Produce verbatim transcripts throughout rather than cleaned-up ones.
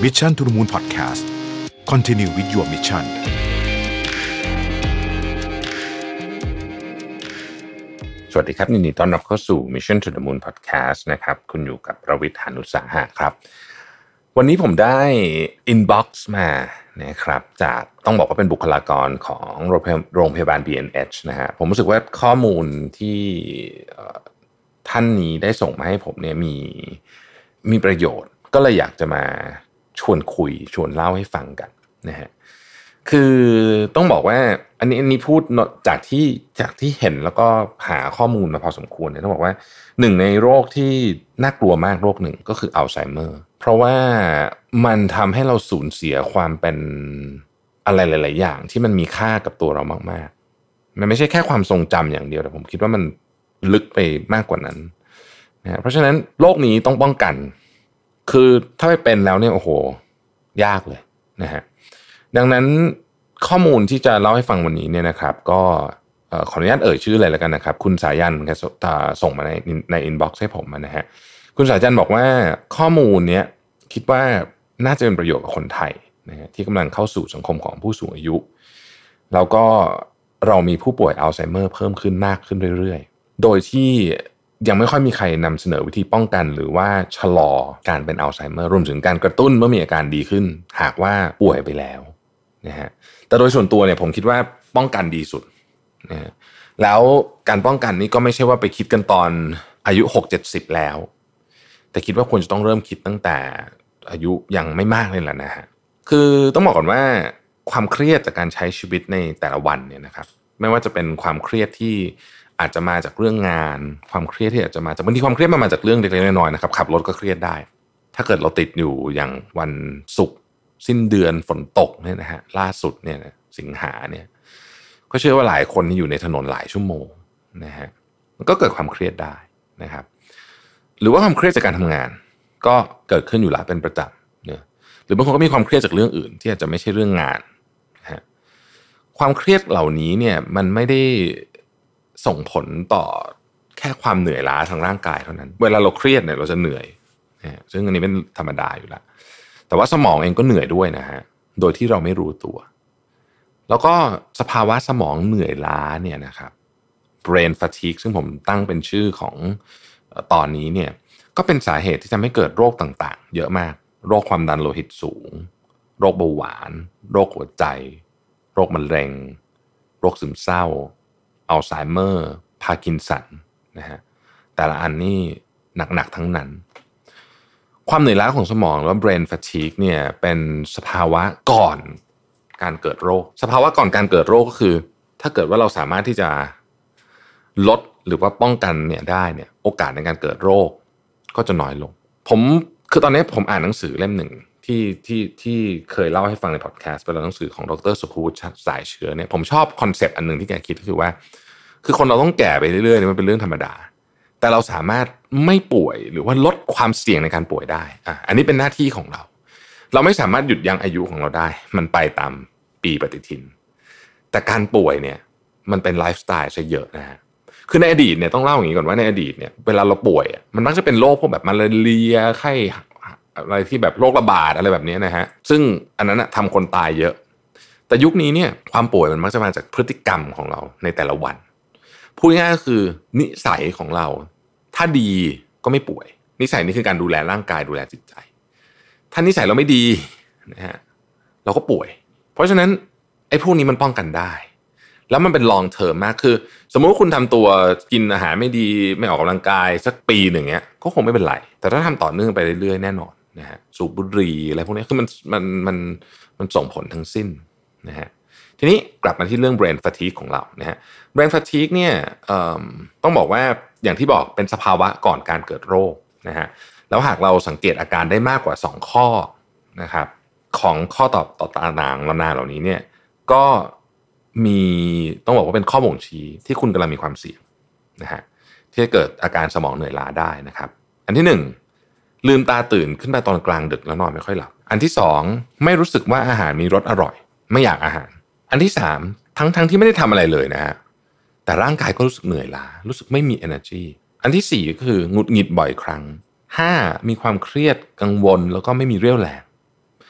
Mission to the Moon Podcast Continue with your mission สวัสดีครับยินดีต้อนรับเข้าสู่ Mission to the Moon Podcast นะครับคุณอยู่กับประวิทย์ หาญอุตสาหะครับวันนี้ผมได้ inbox มานะครับจากต้องบอกว่าเป็นบุคลากรของโรงพยาบาล บี เอ็น เอช นะฮะผมรู้สึกว่าข้อมูลที่ท่านนี้ได้ส่งมาให้ผมเนี่ยมีมีประโยชน์ก็เลยอยากจะมาชวนคุยชวนเล่าให้ฟังกันนะฮะคือต้องบอกว่าอันนี้อันนี้พูดจากที่จากที่เห็นแล้วก็หาข้อมูลมาพอสมควรเนี่ยต้องบอกว่าหนึ่งในโรคที่น่ากลัวมากโรคหนึ่งก็คืออัลไซเมอร์เพราะว่ามันทำให้เราสูญเสียความเป็นอะไรหลายๆอย่างที่มันมีค่ากับตัวเรามากๆมันไม่ใช่แค่ความทรงจำอย่างเดียวแต่ผมคิดว่ามันลึกไปมากกว่านั้นนะเพราะฉะนั้นโรคนี้ต้องป้องกันคือถ้าไม่เป็นแล้วเนี่ยโอ้โหยากเลยนะฮะดังนั้นข้อมูลที่จะเล่าให้ฟังวันนี้เนี่ยนะครับก็ขออนุญาตเอ่ยชื่อเลยแล้วกันนะครับคุณสายันแกส่งมาในในอินบ็อกซ์ให้ผมนะฮะคุณสายันบอกว่าข้อมูลเนี้ยคิดว่าน่าจะเป็นประโยชน์กับคนไทยนะฮะที่กำลังเข้าสู่สังคมของผู้สูงอายุแล้วก็เรามีผู้ป่วยอัลไซเมอร์เพิ่มขึ้นมากขึ้นเรื่อยๆโดยที่ยังไม่ค่อยมีใครนำเสนอวิธีป้องกันหรือว่าชะลอการเป็นอัลไซเมอร์รวมถึงการกระตุ้นเมื่อมีอาการดีขึ้นหากว่าป่วยไปแล้วนะฮะแต่โดยส่วนตัวเนี่ยผมคิดว่าป้องกันดีสุดนะฮะแล้วการป้องกันนี้ก็ไม่ใช่ว่าไปคิดกันตอนอายุ หกเจ็ดสิบ แล้วแต่คิดว่าควรจะต้องเริ่มคิดตั้งแต่อายุยังไม่มากเลยแหละนะฮะคือต้องบอกก่อนว่าความเครียดจากการใช้ชีวิตในแต่ละวันเนี่ยนะครับไม่ว่าจะเป็นความเครียดที่อาจจะมาจากเรื่องงานความเครียดที่อาจจะมาจากบางทีความเครียดมันมาจากเรื่องเล็กๆน้อยๆนะครับขับรถก็เครียดได้ถ้าเกิดเราติดอยู่อย่างวันศุกร์สิ้นเดือนฝนตกเนี่ยนะฮะล่าสุดเนี่ยสิงหาเนี่ยก็เชื่อว่าหลายคนที่อยู่ในถนนหลายชั่วโมงนะฮะมันก็เกิดความเครียดได้นะครับหรือว่าความเครียดจากการทำงานก็เกิดขึ้นอยู่แล้วเป็นประจำเนี่ยหรือบางคนก็มีความเครียดจากเรื่องอื่นที่อาจจะไม่ใช่เรื่องงานนะฮะความเครียดเหล่านี้เนี่ยมันไม่ได้ส่งผลต่อแค่ความเหนื่อยล้าทางร่างกายเท่านั้นเวลาเราเครียดเนี่ยเราจะเหนื่อยนะซึ่งอันนี้เป็นธรรมดาอยู่แล้วแต่ว่าสมองเองก็เหนื่อยด้วยนะฮะโดยที่เราไม่รู้ตัวแล้วก็สภาวะสมองเหนื่อยล้าเนี่ยนะครับ brain fatigue ซึ่งผมตั้งเป็นชื่อของตอนนี้เนี่ยก็เป็นสาเหตุที่ทำให้เกิดโรคต่างๆเยอะมากโรคความดันโลหิตสูงโรคเบาหวานโรคหัวใจโรคมะเร็งโรคซึมเศร้าอัลไซเมอร์พาร์กินสันนะฮะแต่ละอันนี่หนักๆทั้งนั้นความเหนื่อยล้าของสมองหรือว่า brain fatigue เนี่ยเป็นสภาวะก่อนการเกิดโรคสภาวะก่อนการเกิดโรคก็คือถ้าเกิดว่าเราสามารถที่จะลดหรือว่าป้องกันเนี่ยได้เนี่ยโอกาสในการเกิดโรคก็จะน้อยลงผมคือตอนนี้ผมอ่านหนังสือเล่มหนึ่งที่ที่ที่เคยเล่าให้ฟังในพอดแคสต์เป็นหนังสือของดร.สุขุชสายเชื้อเนี่ยผมชอบคอนเซปต์อันนึงที่แกคิดก็คือว่าคือคนเราต้องแก่ไปเรื่อยๆนี่มันเป็นเรื่องธรรมดาแต่เราสามารถไม่ป่วยหรือว่าลดความเสี่ยงในการป่วยได้อ่ะอันนี้เป็นหน้าที่ของเราเราไม่สามารถหยุดยั้งอายุของเราได้มันไปตามปีปฏิทินแต่การป่วยเนี่ยมันเป็นไลฟ์สไตล์ซะเยอะนะฮะคือในอดีตเนี่ยต้องเล่าอย่างนี้ก่อนว่าในอดีตเนี่ยเวลาเราป่วยมันมักจะเป็นโรคพวกแบบมาลาเรียไข้อะไรที่แบบโรคระบาดอะไรแบบนี้นะฮะซึ่งอันนั้นนะทำคนตายเยอะแต่ยุคนี้เนี่ยความป่วยมันมักจะมาจากพฤติกรรมของเราในแต่ละวันพูดง่ายๆก็คือนิสัยของเราถ้าดีก็ไม่ป่วยนิสัยนี่คือการดูแลร่างกายดูแลจิตใจถ้านิสัยเราไม่ดีนะฮะเราก็ป่วยเพราะฉะนั้นไอ้พวกนี้มันป้องกันได้แล้วมันเป็น long term มากคือสมมุติว่าคุณทำตัวกินอาหารไม่ดีไม่ออกกำลังกายสักปีหนึ่งเงี้ยก็คงไม่เป็นไรแต่ถ้าทำต่อเนื่องไปเรื่อยๆแน่นอนนะฮะสูบบุหรี่อะไรพวกนี้คือมันมันมันมันส่งผลทั้งสิ้นนะฮะทีนี้กลับมาที่เรื่อง brain fatigue ของเรานะฮะ brain fatigue เนี่ยต้องบอกว่าอย่างที่บอกเป็นสภาวะก่อนการเกิดโรคนะฮะแล้วหากเราสังเกตอาการได้มากกว่าสองข้อนะครับของข้อตอบต่อตานางนานาเหล่านี้เนี่ยก็มีต้องบอกว่าเป็นข้อบ่งชี้ที่คุณกำลังมีความเสี่ยงนะฮะที่จะเกิดอาการสมองเหนื่อยล้าได้นะครับอันที่หนึ่งลืมตาตื่นขึ้นมาตอนกลางดึกแล้วนอนไม่ค่อยหลับอันที่สองไม่รู้สึกว่าอาหารมีรสอร่อยไม่อยากอาหารอันที่สามทั้งทั้งที่ไม่ได้ทำอะไรเลยนะฮะแต่ร่างกายก็รู้สึกเหนื่อยล้ารู้สึกไม่มี energy อันที่สี่ก็คือหงุดหงิดบ่อยครั้งห้ามีความเครียดกังวลแล้วก็ไม่มีเรี่ยวแรง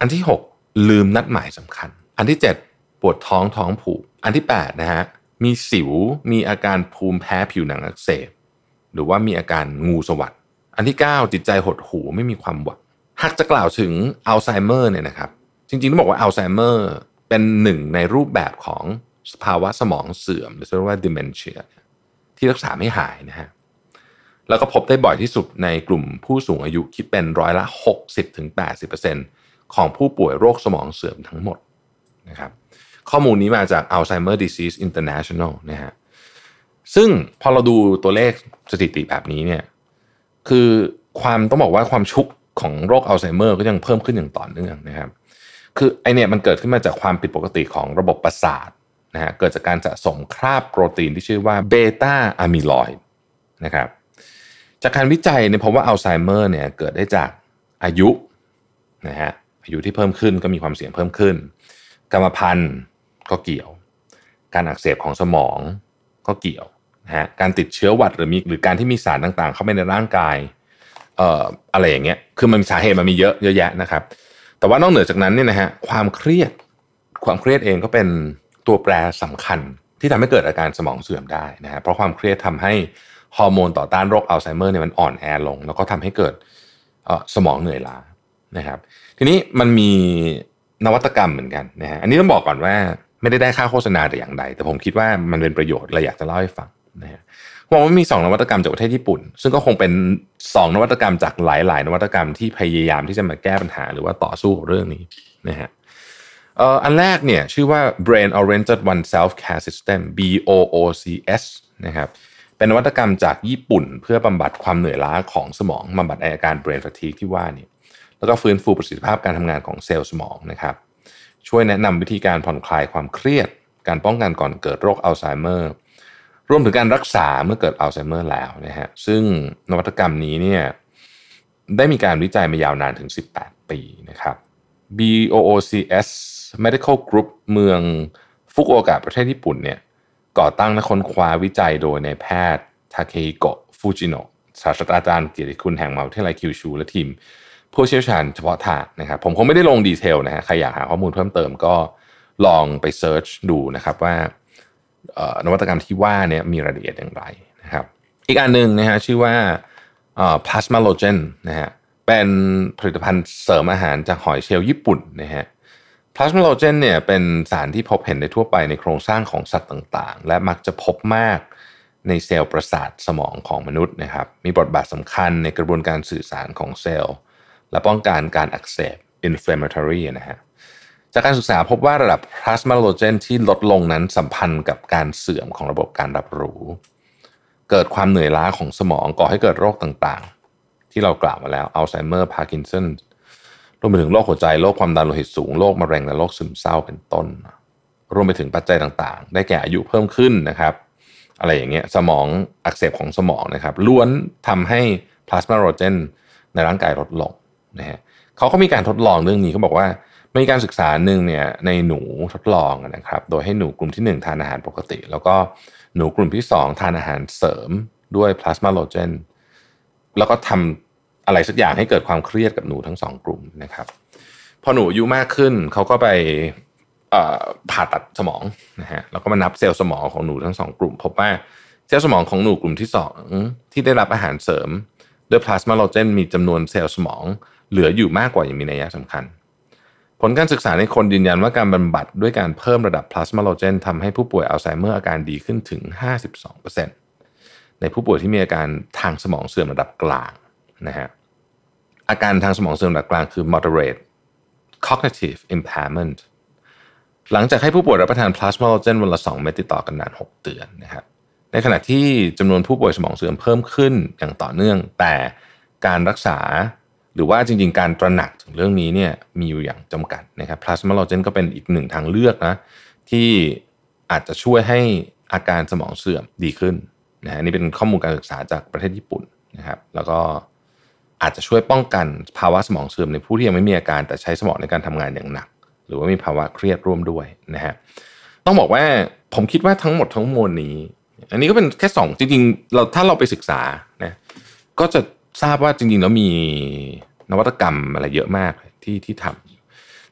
อันที่หกลืมนัดหมายสำคัญอันที่เจ็ดปวดท้องท้องผูกอันที่แปดนะฮะมีสิวมีอาการภูมิแพ้ผิวหนังอักเสบหรือว่ามีอาการงูสวัสด์อันที่เก้าจิตใจหดหู่ไม่มีความหวังหากจะกล่าวถึงอัลไซเมอร์เนี่ยนะครับจริงๆต้องบอกว่าอัลไซเมอร์เป็นหนึ่งในรูปแบบของภาวะสมองเสื่อมหรือเรียกว่า dementia ที่รักษาไม่หายนะฮะแล้วก็พบได้บ่อยที่สุดในกลุ่มผู้สูงอายุคิดเป็นร้อยละ หกสิบถึงแปดสิบเปอร์เซ็นต์ ของผู้ป่วยโรคสมองเสื่อมทั้งหมดนะครับข้อมูลนี้มาจาก Alzheimer Disease International นะฮะซึ่งพอเราดูตัวเลขสถิติแบบนี้เนี่ยคือความต้องบอกว่าความชุกของโรคอัลไซเมอร์ก็ยังเพิ่มขึ้นอย่างต่อเนื่องนะครับคือไอเนี่ยมันเกิดขึ้นมาจากความผิดปกติของระบบประสาทนะฮะเกิดจากการสะสมคราบโปรตีนที่ชื่อว่าเบต้าอะมิลอยด์นะครับจากการวิจัยเนี่ยพบว่าอัลไซเมอร์เนี่ยเกิดได้จากอายุนะฮะอายุที่เพิ่มขึ้นก็มีความเสี่ยงเพิ่มขึ้นกรรมพันธุ์ก็เกี่ยวการอักเสบของสมองก็เกี่ยวนะฮะการติดเชื้อหวัดหรือมีหรือการที่มีสารต่างๆเข้าไปในร่างกายเอ่ออะไรอย่างเงี้ยคือมันสาเหตุมันมีเยอะเยอะแยะนะครับแต่ว่านอกเหนือจากนั้นเนี่ยนะฮะความเครียดความเครียดเองก็เป็นตัวแปรสำคัญที่ทำให้เกิดอาการสมองเสื่อมได้นะฮะเพราะความเครียดทำให้ฮอร์โมนต่อต้านโรคอัลไซเมอร์เนี่ยมันอ่อนแอลงแล้วก็ทำให้เกิดเอ่อสมองเหนื่อยล้านะครับทีนี้มันมีนวัตกรรมเหมือนกันนะฮะอันนี้ต้องบอกก่อนว่าไม่ได้ได้ค่าโฆษณาแต่อย่างใดแต่ผมคิดว่ามันเป็นประโยชน์เลยอยากจะเล่าให้ฟังนะฮะบอกว่ามีสองนวัตกรรมจากประเทศญี่ปุ่นซึ่งก็คงเป็นสองนวัตกรรมจากหลายๆนวัตกรรมที่พยายามที่จะมาแก้ปัญหาหรือว่าต่อสู้กับเรื่องนี้นะฮะเอ่ออันแรกเนี่ยชื่อว่า Brain Oriented One Self Care System บี โอ โอ ซี เอส นะครับเป็นนวัตกรรมจากญี่ปุ่นเพื่อบำบัดความเหนื่อยล้าของสมองบำบัดอาการ brain fatigue ที่ว่านี่แล้วก็ฟื้นฟูประสิทธิภาพการทำงานของเซลล์สมองนะครับช่วยแนะนำวิธีการผ่อนคลายความเครียดการป้องกันก่อนเกิดโรคอัลไซเมอร์รวมถึงการรักษาเมื่อเกิดอัลไซเมอร์แล้วนะฮะซึ่งนวัตกรรมนี้เนี่ยได้มีการวิจัยมายาวนานถึงสิบแปดปีนะครับ บี โอ โอ ซี เอส Medical Group เมืองฟุกุโอกะประเทศญี่ปุ่นเนี่ยก่อตั้งและค้นคว้าวิจัยโดยนายแพทย์ทาเคฮิโกะฟูจิโนะศาสตราจารย์เกียรติคุณแห่งมหาวิทยาลัยคิวชูและทีมผู้เชี่ยวชาญเฉพาะทางนะครับผมคงไม่ได้ลงดีเทลนะฮะใครอยากหาข้อมูลเพิ่มเติมก็ลองไปเซิร์ชดูนะครับว่านวัตกรรมที่ว่าเนี่ยมีรายละเอียดอย่างไรนะครับอีกอันนึงนะฮะชื่อว่าพลาสมาโลเจนนะฮะเป็นผลิตภัณฑ์เสริมอาหารจากหอยเชลล์ญี่ปุ่นนะฮะพลาสมาโลเจนเนี่ยเป็นสารที่พบเห็นได้ทั่วไปในโครงสร้างของสัตว์ต่างๆและมักจะพบมากในเซลล์ประสาทสมองของมนุษย์นะครับมีบทบาทสำคัญในกระบวนการสื่อสารของเซลล์และป้องกันการอักเสบ inflammatory นะฮะจากการศึกษาพบว่าระดับพลาสมาโลเจนที่ลดลงนั้นสัมพันธ์กับการเสื่อมของระบบการรับรู้เกิดความเหนื่อยล้าของสมองก่อให้เกิดโรคต่างๆที่เรากล่าวมาแล้วอัลไซเมอร์พาร์กินสันรวมไปถึงโรคหัวใจโรคความดันโลหิตสูงโรคมะเร็งและโรคซึมเศร้าเป็นต้นรวมไปถึงปัจจัยต่างๆได้แก่อายุเพิ่มขึ้นนะครับอะไรอย่างเงี้ยสมองอักเสบของสมองนะครับล้วนทำให้พลาสมาโลเจนในร่างกายลดลงนะฮะเขาก็มีการทดลองเรื่องนี้เขาบอกว่ามีการศึกษาหนึ่งเนี่ยในหนูทดลองนะครับโดยให้หนูกลุ่มที่หนึ่งทานอาหารปกติแล้วก็หนูกลุ่มที่สองทานอาหารเสริมด้วยพลาสมาโลเจนแล้วก็ทำอะไรสักอย่างให้เกิดความเครียดกับหนูทั้งสองกลุ่มนะครับพอหนูอายุมากขึ้นเขาก็ไปผ่าตัดสมองนะฮะแล้วก็มานับเซลล์สมองของหนูทั้งสองกลุ่มพบว่าเซลล์สมองของหนูกลุ่มที่สองที่ได้รับอาหารเสริมด้วยพลาสมาโลเจนมีจำนวนเซลล์สมองเหลืออยู่มากกว่าอย่างมีนัยสำคัญผลการศึกษาในคนยืนยันว่าการบำบัดด้วยการเพิ่มระดับพลาสมาโลเจนทำให้ผู้ป่วยอัลไซเมอร์อาการดีขึ้นถึง ห้าสิบสองเปอร์เซ็นต์ ในผู้ป่วยที่มีอาการทางสมองเสื่อมระดับกลางนะฮะอาการทางสมองเสื่อมระดับกลางคือ moderate cognitive impairment หลังจากให้ผู้ป่วยรับประทานพลาสมาโลเจนวันละสองเม็ดติดต่อกันนานหกเดือนนะครับในขณะที่จำนวนผู้ป่วยสมองเสื่อมเพิ่มขึ้นอย่างต่อเนื่องแต่การรักษาหรือว่าจริงๆการตระหนักถึงเรื่องนี้เนี่ยมีอยู่อย่างจำกัดนะครับพลาสมาโลเจนก็เป็นอีกหนึ่งทางเลือกนะที่อาจจะช่วยให้อาการสมองเสื่อมดีขึ้นนะฮะนี่เป็นข้อมูลการศึกษาจากประเทศญี่ปุ่นนะครับแล้วก็อาจจะช่วยป้องกันภาวะสมองเสื่อมในผู้ที่ยังไม่มีอาการแต่ใช้สมองในการทำงานอย่างหนักหรือว่ามีภาวะเครียดร่วมด้วยนะฮะต้องบอกว่าผมคิดว่าทั้งหมดทั้งมวลนี้อันนี้ก็เป็นแค่สองจริงๆเราถ้าเราไปศึกษานะก็จะทราบว่าจริงๆแล้วมีนวัตกรรมอะไรเยอะมากที่ที่ท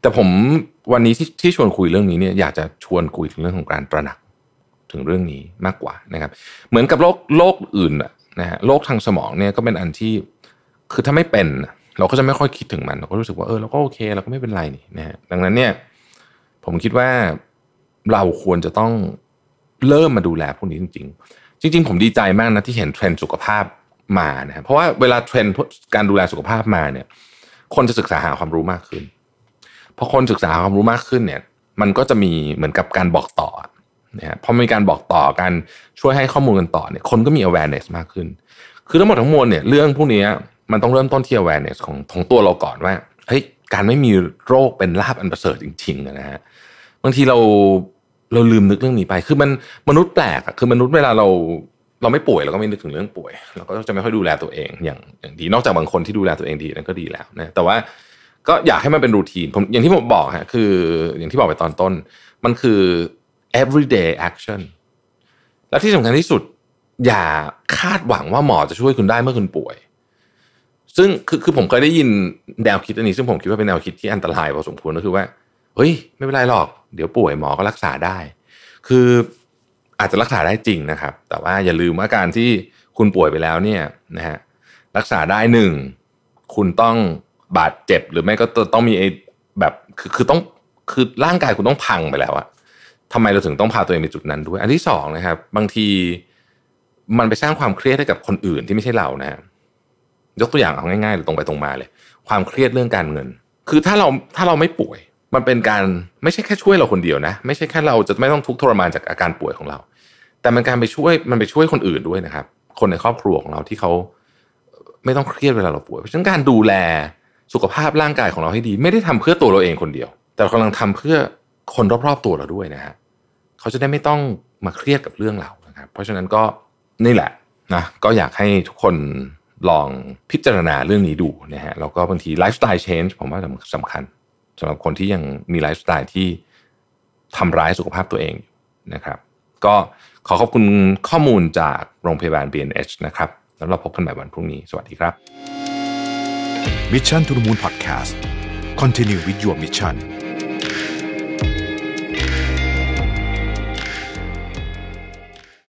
แต่ผมวันนี้ที่ที่ชวนคุยเรื่องนี้เนี่ยอยากจะชวนคุยถึงเรื่องของการตระหนักถึงเรื่องนี้มากกว่านะครับเหมือนกับโรคโรคอื่นนะฮะโรคทางสมองเนี่ยก็เป็นอันที่คือถ้าไม่เป็นเราก็จะไม่ค่อยคิดถึงมันเราก็รู้สึกว่าเออเราก็โอเคเราก็ไม่เป็นไรนี่นะฮะดังนั้นเนี่ยผมคิดว่าเราควรจะต้องเริ่มมาดูแลพวกนี้จริงๆจริงๆผมดีใจมากนะที่เห็นเทรนด์สุขภาพมานะเพราะว่าเวลาเทรนด์การดูแลสุขภาพมาเนี่ยคนจะศึกษาหาความรู้มากขึ้นพอคนศึกษาหาความรู้มากขึ้นเนี่ยมันก็จะมีเหมือนกับการบอกต่อนะฮะพอมีการบอกต่อการช่วยให้ข้อมูลกันต่อเนี่ยคนก็มี awareness มากขึ้นคือทั้งหมดทั้งมวลเนี่ยเรื่องพวกนี้มันต้องเริ่มต้นที่ awareness ของของตัวเราก่อนว่าเฮ้ยการไม่มีโรคเป็นลาภอันประเสริฐจริงๆนะฮะบางทีเราเราลืมนึกเรื่องนี้ไปคือมันมนุษย์แปลกอะคือมนุษย์เวลาเราเราไม่ป่วยเราก็ไม่นึกถึงเรื่องป่วยเราก็จะไม่ค่อยดูแลตัวเองอย่างอย่างดีนอกจากบางคนที่ดูแลตัวเองดีนั่นก็ดีแล้วนะแต่ว่าก็อยากให้มันเป็นรูทีนผมอย่างที่ผมบอกฮะคืออย่างที่บอกไปตอนต้นมันคือ everyday action และที่สำคัญที่สุดอย่าคาดหวังว่าหมอจะช่วยคุณได้เมื่อคุณป่วยซึ่งคือคือผมเคยได้ยินแนวคิดอันนี้ซึ่งผมคิดว่าเป็นแนวคิดที่อันตรายพอสมควรก็คือว่าเฮ้ยไม่เป็นไรหรอกเดี๋ยวป่วยหมอก็รักษาได้คืออาจจะรักษาได้จริงนะครับแต่ว่าอย่าลืมว่าการที่คุณป่วยไปแล้วเนี่ยนะฮะรักษาได้หนึ่งคุณต้องบาดเจ็บหรือไม่ก็ต้องมีไอ้แบบคือคือต้องคือร่างกายคุณต้องพังไปแล้วอะทำไมเราถึงต้องพาตัวเองไปจุดนั้นด้วยอันที่สองนะครับบางทีมันไปสร้างความเครียดให้กับคนอื่นที่ไม่ใช่เรานะฮะยกตัวอย่างเอาง่ายๆหรือตรงไปตรงมาเลยความเครียดเรื่องการเงินคือถ้าเราถ้าเราไม่ป่วยมันเป็นการไม่ใช่แค่ช่วยเราคนเดียวนะไม่ใช่แค่เราจะไม่ต้องทุกข์ทรมานจากอาการป่วยของเราแต่มันการไปช่วยมันไปช่วยคนอื่นด้วยนะครับคนในครอบครัวของเราที่เขาไม่ต้องเครียดเวลาเราป่วยเพราะฉะนั้นการดูแลสุขภาพร่างกายของเราให้ดีไม่ได้ทำเพื่อตัวเราเองคนเดียวแต่เรากำลังทำเพื่อคนรอบๆตัวเราด้วยนะฮะเขาจะได้ไม่ต้องมาเครียดกับเรื่องเรานะครับเพราะฉะนั้นก็นี่แหละนะก็อยากให้ทุกคนลองพิจารณาเรื่องนี้ดูนะฮะแล้วก็บางทีไลฟ์สไตล์เชนจ์ผมว่าสำคัญสำหรับคนที่ยังมีไลฟ์สไตล์ที่ทำร้ายสุขภาพตัวเองนะครับก็ขอขอบคุณข้อมูลจากโรงพยาบาล บี เอ็น เอช นะครับแล้วเราพบกันใหม่วันพรุ่งนี้สวัสดีครับ Mission to the Moon Podcast Continue with your mission